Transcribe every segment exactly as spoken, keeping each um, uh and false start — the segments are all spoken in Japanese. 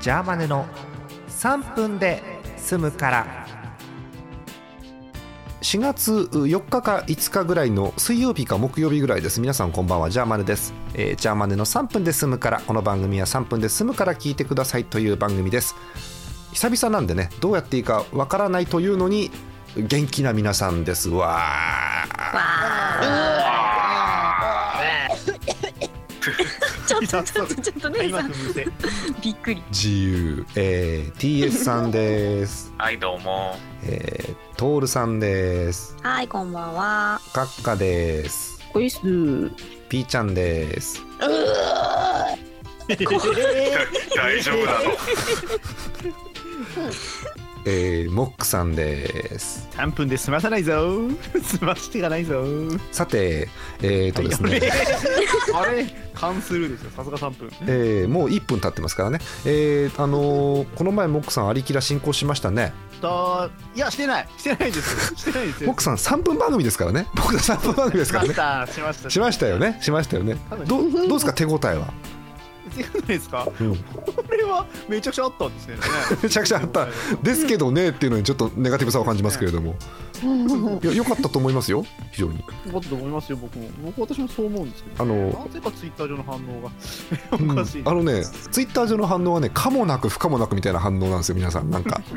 ジャーマネのさんぷんで済むから。しがつよっかかいつかぐらいの水曜日か木曜日ぐらいです。皆さんこんばんは、ジャーマネです。えー、ジャーマネのさんぷんで済むから。この番組はさんぷんで済むから聞いてくださいという番組です。久々なんでね、どうやっていいかわからないというのに元気な皆さんです。わーちょっとちょっとちょっとね、びっくり。 自由、えー、ティーエス さんです。 はいどうも。 えー、トールさんです。 はいこんばんは。 カッカです。 こいす。 ピーちゃんです。 大丈夫なの？ えー、モックさんです。 さんぷんで済まさないぞ。済ましてがないぞ。 さて、えーとですね、 あれ関するですよ。さすがさんぷん。 えー、もういっぷん経ってますからね。えー、あのー、この前モックさんアリキラ進行しましたね。 といやしてないしてないですしてないですよ。 モックさんさんぷん番組ですからね。僕らさんぷん番組ですからね。 しましたしましたしましたよねしましたよね。どうどうですか手応えは？ 違うんですか、 うん、 これはめちゃくちゃあったんですね。 めちゃくちゃあったですけどねっていうのにちょっとネガティブさを感じますけれども、いや良かったと思いますよ。非常に良かったと思いますよ。僕も僕私もそう思うんですけど、 あのなぜかツイッター上の反応がおかしい、 うん、あのねツイッター上の反応はね可もなく不可もなくみたいな反応なんですよ皆さん。なんか、うん、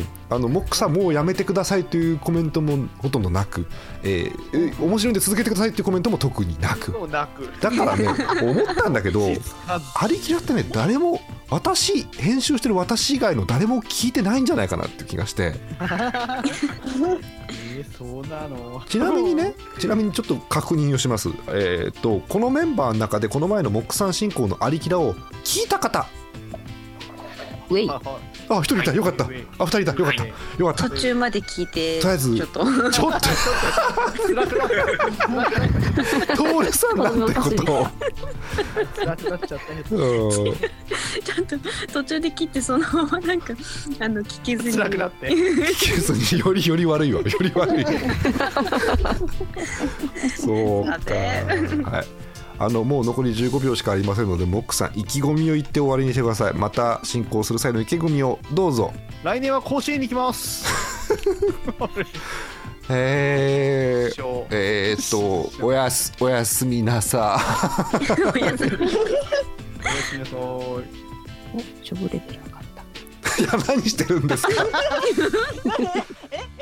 あのモックさんもうやめてくださいというコメントもほとんどなく、えー、え面白いんで続けてくださいというコメントも特になく、 なくだからね思ったんだけどアリキラってね誰も私編集してる私以外の誰も聞いてないんじゃないかなっていう気がして。 えー、そうなの。 ちなみにねちなみにちょっと確認をします。えー、っとこのメンバーの中でこの前のモックさん進行のアリキラを聞いた方、 ウェイ。 あ、一人いた、よかった。あ、二人いた、よかった、よかった。 途中まで聞いて、 とりあえずちょっとちょっとトールさんなんてことを辛くなっちゃったね。 うんちゃんと途中で切ってそのままなんかあの聞けずに辛くなって聞けずによりより悪いわより悪いそうか、はい、あのもう残りじゅうごびょうしかありませんのでモックさん意気込みを言って終わりにしてください。また進行する際の意気込みをどうぞ。 来年は甲子園に行きますえー、えー、っとおやすおやすみなさおやすみおやすみなさい。 お、しょぼれてなかった。 いや何してるんですかえ